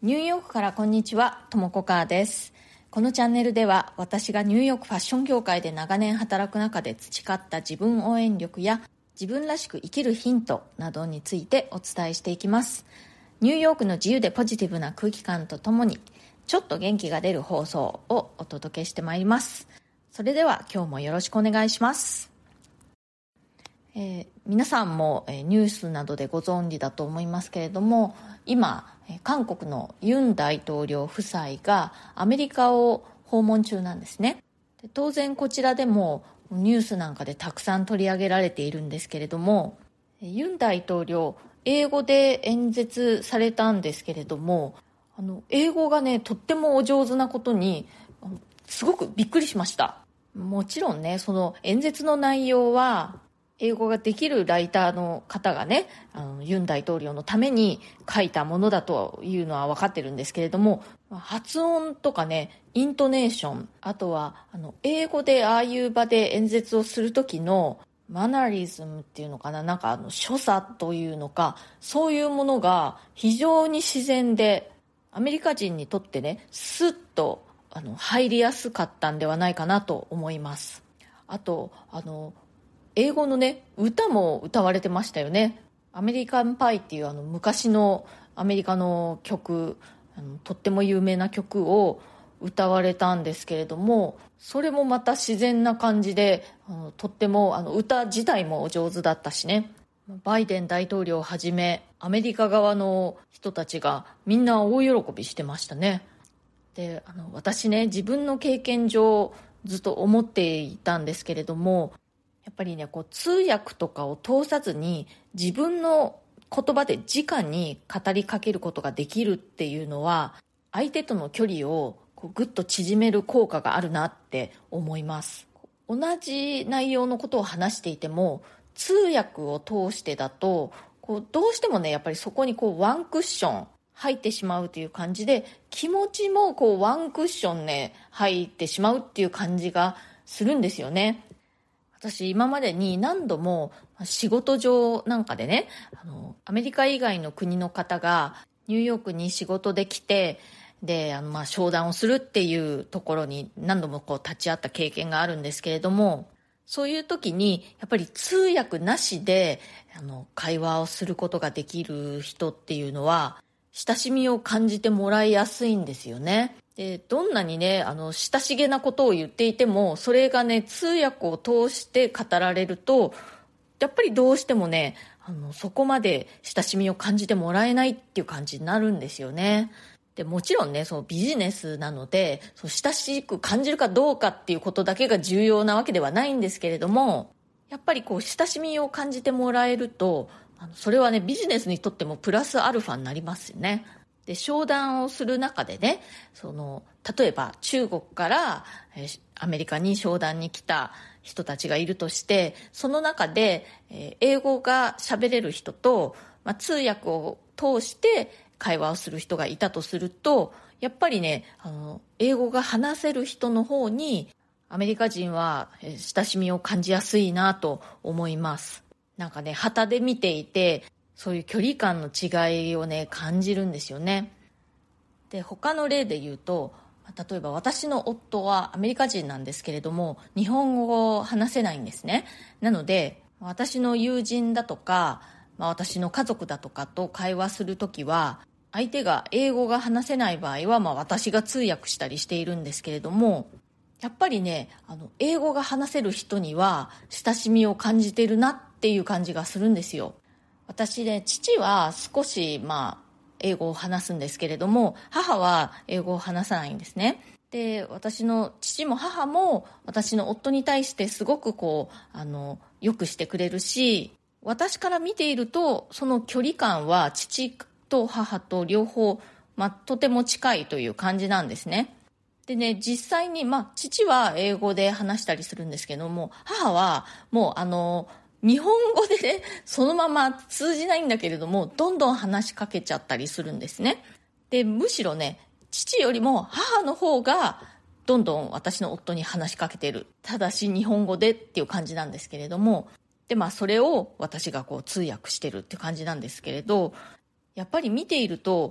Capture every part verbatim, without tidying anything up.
ニューヨークからこんにちは、ともこかーです。このチャンネルでは私がニューヨークファッション業界で長年働く中で培った自分応援力や自分らしく生きるヒントなどについてお伝えしていきます。ニューヨークの自由でポジティブな空気感とともにちょっと元気が出る放送をお届けしてまいります。それでは今日もよろしくお願いします。えー、皆さんも、えー、ニュースなどでご存知だと思いますけれども、今韓国のユン大統領夫妻がアメリカを訪問中なんですね。で当然こちらでもニュースなんかでたくさん取り上げられているんですけれども、ユン大統領英語で演説されたんですけれども、あの英語がねとってもお上手なことにすごくびっくりしました。もちろんね、その演説の内容は英語ができるライターの方がね、あのユン大統領のために書いたものだというのは分かってるんですけれども、発音とかね、イントネーション、あとはあの英語でああいう場で演説をする時のマナリズムっていうのかな、なんかあの所作というのか、そういうものが非常に自然で、アメリカ人にとってね、スッとあの入りやすかったんではないかなと思います。あとあの英語のね歌も歌われてましたよね。アメリカンパイっていうあの昔のアメリカの曲、あのとっても有名な曲を歌われたんですけれども、それもまた自然な感じで、あのとってもあの歌自体も上手だったしね。バイデン大統領をはじめアメリカ側の人たちがみんな大喜びしてましたね。であの私ね、自分の経験上ずっと思っていたんですけれども、やっぱりね、こう通訳とかを通さずに自分の言葉で直に語りかけることができるっていうのは、相手との距離をこうぐっと縮める効果があるなって思います。同じ内容のことを話していても、通訳を通してだとこうどうしてもね、やっぱりそこにこうワンクッション入ってしまうという感じで、気持ちもこうワンクッションね入ってしまうっていう感じがするんですよね。私今までに何度も仕事上なんかでね、あのアメリカ以外の国の方がニューヨークに仕事で来て、であのまあ商談をするっていうところに何度もこう立ち会った経験があるんですけれども、そういう時にやっぱり通訳なしであの会話をすることができる人っていうのは親しみを感じてもらいやすいんですよね。でどんなにね、あの親しげなことを言っていても、それがね通訳を通して語られると、やっぱりどうしてもね、あのそこまで親しみを感じてもらえないっていう感じになるんですよね。でもちろんね、そのビジネスなので、そう親しく感じるかどうかっていうことだけが重要なわけではないんですけれども、やっぱりこう親しみを感じてもらえると、あのそれはねビジネスにとってもプラスアルファになりますよね。で商談をする中でね、その例えば中国から、えー、アメリカに商談に来た人たちがいるとして、その中で、えー、英語が喋れる人と、まあ、通訳を通して会話をする人がいたとすると、やっぱりね、あの英語が話せる人の方にアメリカ人は親しみを感じやすいなと思います。なんかね、旗で見ていてそういう距離感の違いをね感じるんですよね。で他の例で言うと、例えば私の夫はアメリカ人なんですけれども、日本語を話せないんですね。なので私の友人だとか、まあ、私の家族だとかと会話するときは、相手が英語が話せない場合は、まあ、私が通訳したりしているんですけれども、やっぱりね、あの英語が話せる人には親しみを感じているなっていう感じがするんですよ。私ね、父は少しまあ英語を話すんですけれども、母は英語を話さないんですね。で私の父も母も私の夫に対してすごくこうあのよくしてくれるし、私から見ているとその距離感は父と母と両方、まあ、とても近いという感じなんですね。でね、実際に、まあ、父は英語で話したりするんですけども、母はもうあの日本語でねそのまま通じないんだけれども、どんどん話しかけちゃったりするんですね。でむしろね、父よりも母の方がどんどん私の夫に話しかけてる、ただし日本語でっていう感じなんですけれども、でまあそれを私がこう通訳してるって感じなんですけれど、やっぱり見ていると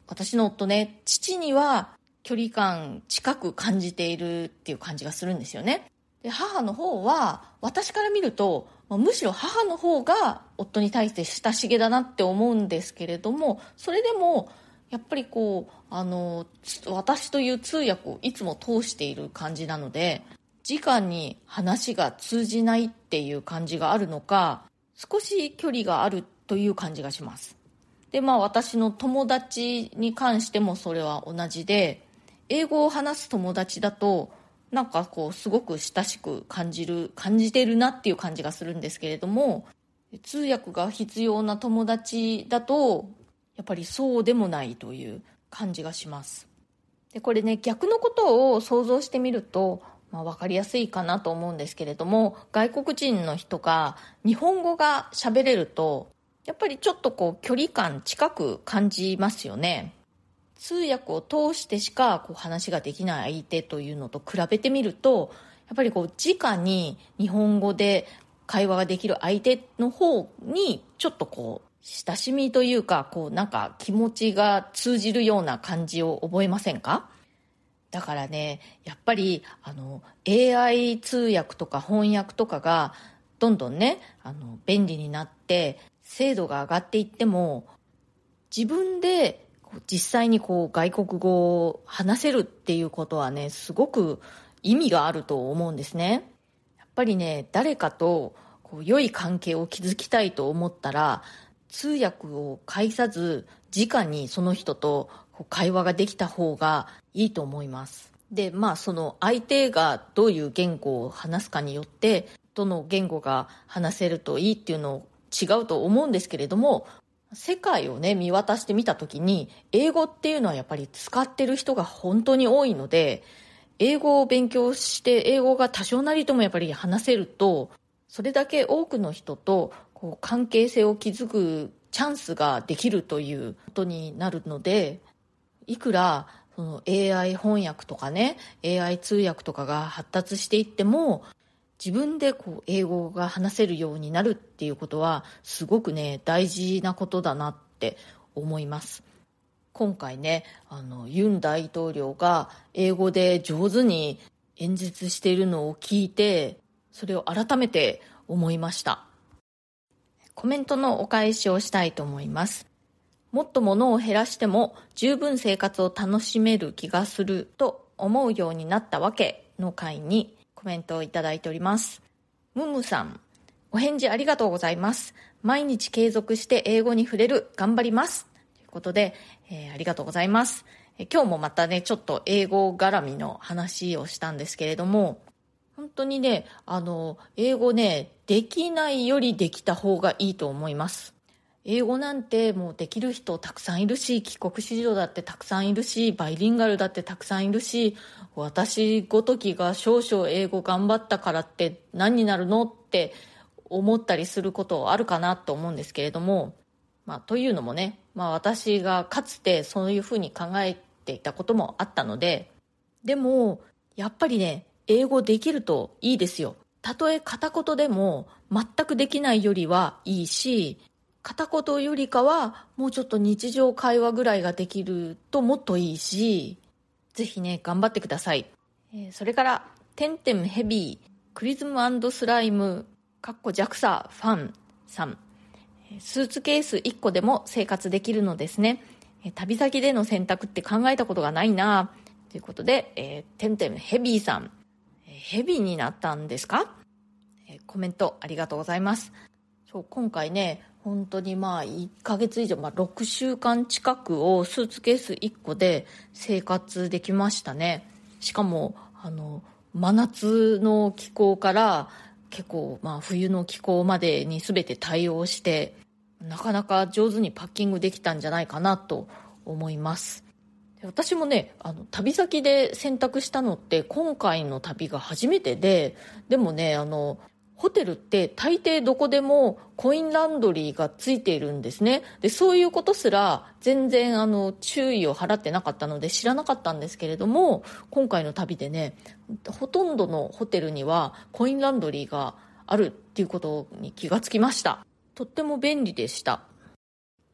私の夫ね、父には距離感近く感じているっていう感じがするんですよね。で、母の方は私から見ると、まあむしろ母の方が夫に対して親しげだなって思うんですけれども、それでもやっぱりこうあの私という通訳をいつも通している感じなので、直に話が通じないっていう感じがあるのか、少し距離があるという感じがします。で、まあ私の友達に関してもそれは同じで、英語を話す友達だとなんかこうすごく親しく感じる感じてるなっていう感じがするんですけれども、通訳が必要な友達だとやっぱりそうでもないという感じがします。で、これね、逆のことを想像してみると、まあ、分かりやすいかなと思うんですけれども、外国人の人が日本語が喋れるとやっぱりちょっとこう距離感近く感じますよね。通訳を通してしかこう話ができない相手というのと比べてみると、やっぱりこう直に日本語で会話ができる相手の方にちょっとこう親しみというか、こうなんか気持ちが通じるような感じを覚えませんか？だからね、やっぱりあの エーアイ 通訳とか翻訳とかがどんどんね、あの便利になって精度が上がっていっても、自分で実際にこう外国語を話せるっていうことはね、すごく意味があると思うんですね。やっぱりね、誰かとこう良い関係を築きたいと思ったら、通訳を介さず直にその人とこう会話ができた方がいいと思います。で、まあその相手がどういう言語を話すかによってどの言語が話せるといいっていうの違うと思うんですけれども、世界をね見渡してみたときに、英語っていうのはやっぱり使ってる人が本当に多いので、英語を勉強して英語が多少なりともやっぱり話せると、それだけ多くの人とこう関係性を築くチャンスができるということになるので、いくらその エーアイ 翻訳とかね エーアイ 通訳とかが発達していっても、自分でこう英語が話せるようになるっていうことはすごくね大事なことだなって思います。今回ね、あのユン大統領が英語で上手に演説しているのを聞いて、それを改めて思いました。コメントのお返しをしたいと思います。もっと物を減らしても十分生活を楽しめる気がすると思うようになったわけの回にコメントをいただいております。ムムさん、お返事ありがとうございます。毎日継続して英語に触れる、頑張りますということで、えー、ありがとうございます。えー、今日もまたねちょっと英語絡みの話をしたんですけれども、本当にね、あの英語ねできないよりできた方がいいと思います。英語なんてもうできる人たくさんいるし、帰国子女だってたくさんいるし、バイリンガルだってたくさんいるし、私ごときが少々英語頑張ったからって何になるのって思ったりすることあるかなと思うんですけれども、まあというのもね、まあ私がかつてそういうふうに考えていたこともあったので、でもやっぱりね、英語できるといいですよ。たとえ片言でも全くできないよりはいいし、片言よりかはもうちょっと日常会話ぐらいができるともっといいし、ぜひね頑張ってください。えー、それからテンテムヘビークリズム&スライムかっこ ジャクサ ファンさん、スーツケースいっこでも生活できるのですね。えー、旅先での選択って考えたことがないなということで、えー、テンテムヘビーさん、えー、ヘビーになったんですか？えー、コメントありがとうございます。そう、今回ね本当にまあいっかげつ以上、まあ、ろくしゅうかん近くをスーツケースいっこで生活できましたね。しかもあの真夏の気候から結構まあ冬の気候までに全て対応して、なかなか上手にパッキングできたんじゃないかなと思います。で、私もねあの旅先で選択したのって今回の旅が初めてで、でもねあのホテルって大抵どこでもコインランドリーがついているんですね。で、そういうことすら全然あの注意を払ってなかったので知らなかったんですけれども、今回の旅でねほとんどのホテルにはコインランドリーがあるっていうことに気がつきました。とっても便利でした。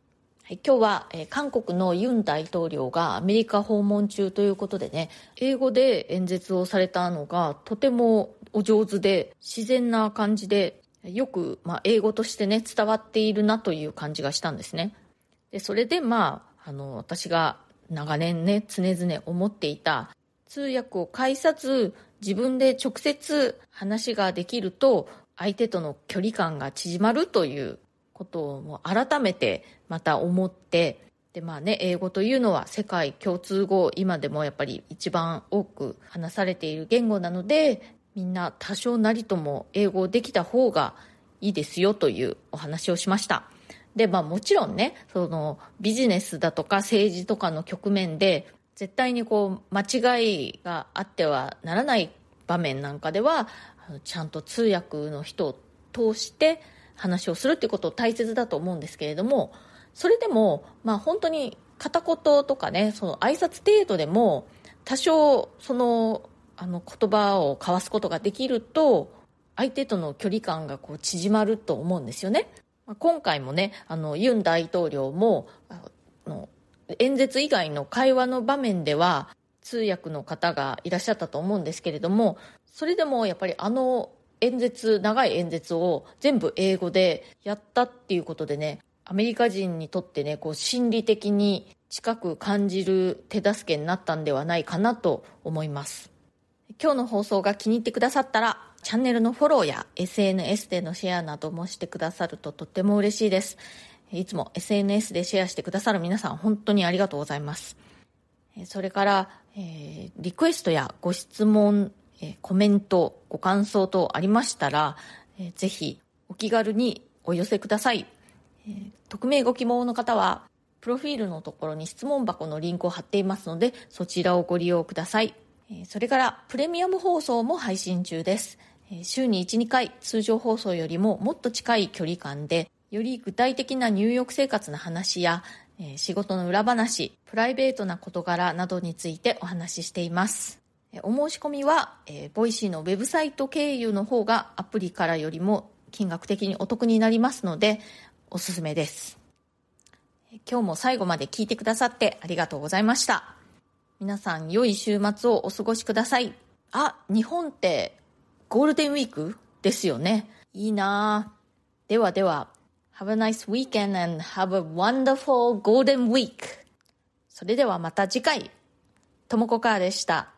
はい、今日は、えー、韓国のユン大統領がアメリカ訪問中ということでね、英語で演説をされたのがとてもお上手で自然な感じで、よく、まあ、英語としてね伝わっているなという感じがしたんですね。でそれでまあ、あの私が長年ね常々思っていた、通訳を介さず自分で直接話ができると相手との距離感が縮まるということをもう改めてまた思って、でまあね、英語というのは世界共通語、今でもやっぱり一番多く話されている言語なので、みんな多少なりとも英語できた方がいいですよというお話をしました。でまあもちろんね、そのビジネスだとか政治とかの局面で絶対にこう間違いがあってはならない場面なんかでは、ちゃんと通訳の人を通して話をするっていうこと大切だと思うんですけれども、それでもまあ本当に片言とかね、その挨拶程度でも多少そのあの言葉を交わすことができると相手との距離感がこう縮まると思うんですよね。今回もね、あのユン大統領もあの演説以外の会話の場面では通訳の方がいらっしゃったと思うんですけれども、それでもやっぱりあの演説、長い演説を全部英語でやったっていうことでね、アメリカ人にとってね、こう心理的に近く感じる手助けになったんではないかなと思います。今日の放送が気に入ってくださったら、チャンネルのフォローや エスエヌエス でのシェアなどもしてくださるととっても嬉しいです。いつも エスエヌエス でシェアしてくださる皆さん、本当にありがとうございます。それから、えー、リクエストやご質問、えー、コメント、ご感想等ありましたら、えー、ぜひお気軽にお寄せください。えー、匿名ご希望の方はプロフィールのところに質問箱のリンクを貼っていますので、そちらをご利用ください。えー、それからプレミアム放送も配信中です。えー、週にいち、にかい通常放送よりももっと近い距離感で、より具体的な入浴生活の話や、えー、仕事の裏話、プライベートな事柄などについてお話ししています。えー、お申し込みは、えー、ボイシーのウェブサイト経由の方がアプリからよりも金額的にお得になりますのでおすすめです。えー、今日も最後まで聞いてくださってありがとうございました。皆さん良い週末をお過ごしください。あ、日本ってゴールデンウィークですよね。いいなぁ。ではでは、Have a nice weekend and have a wonderful golden week. それではまた次回、ともこかーでした。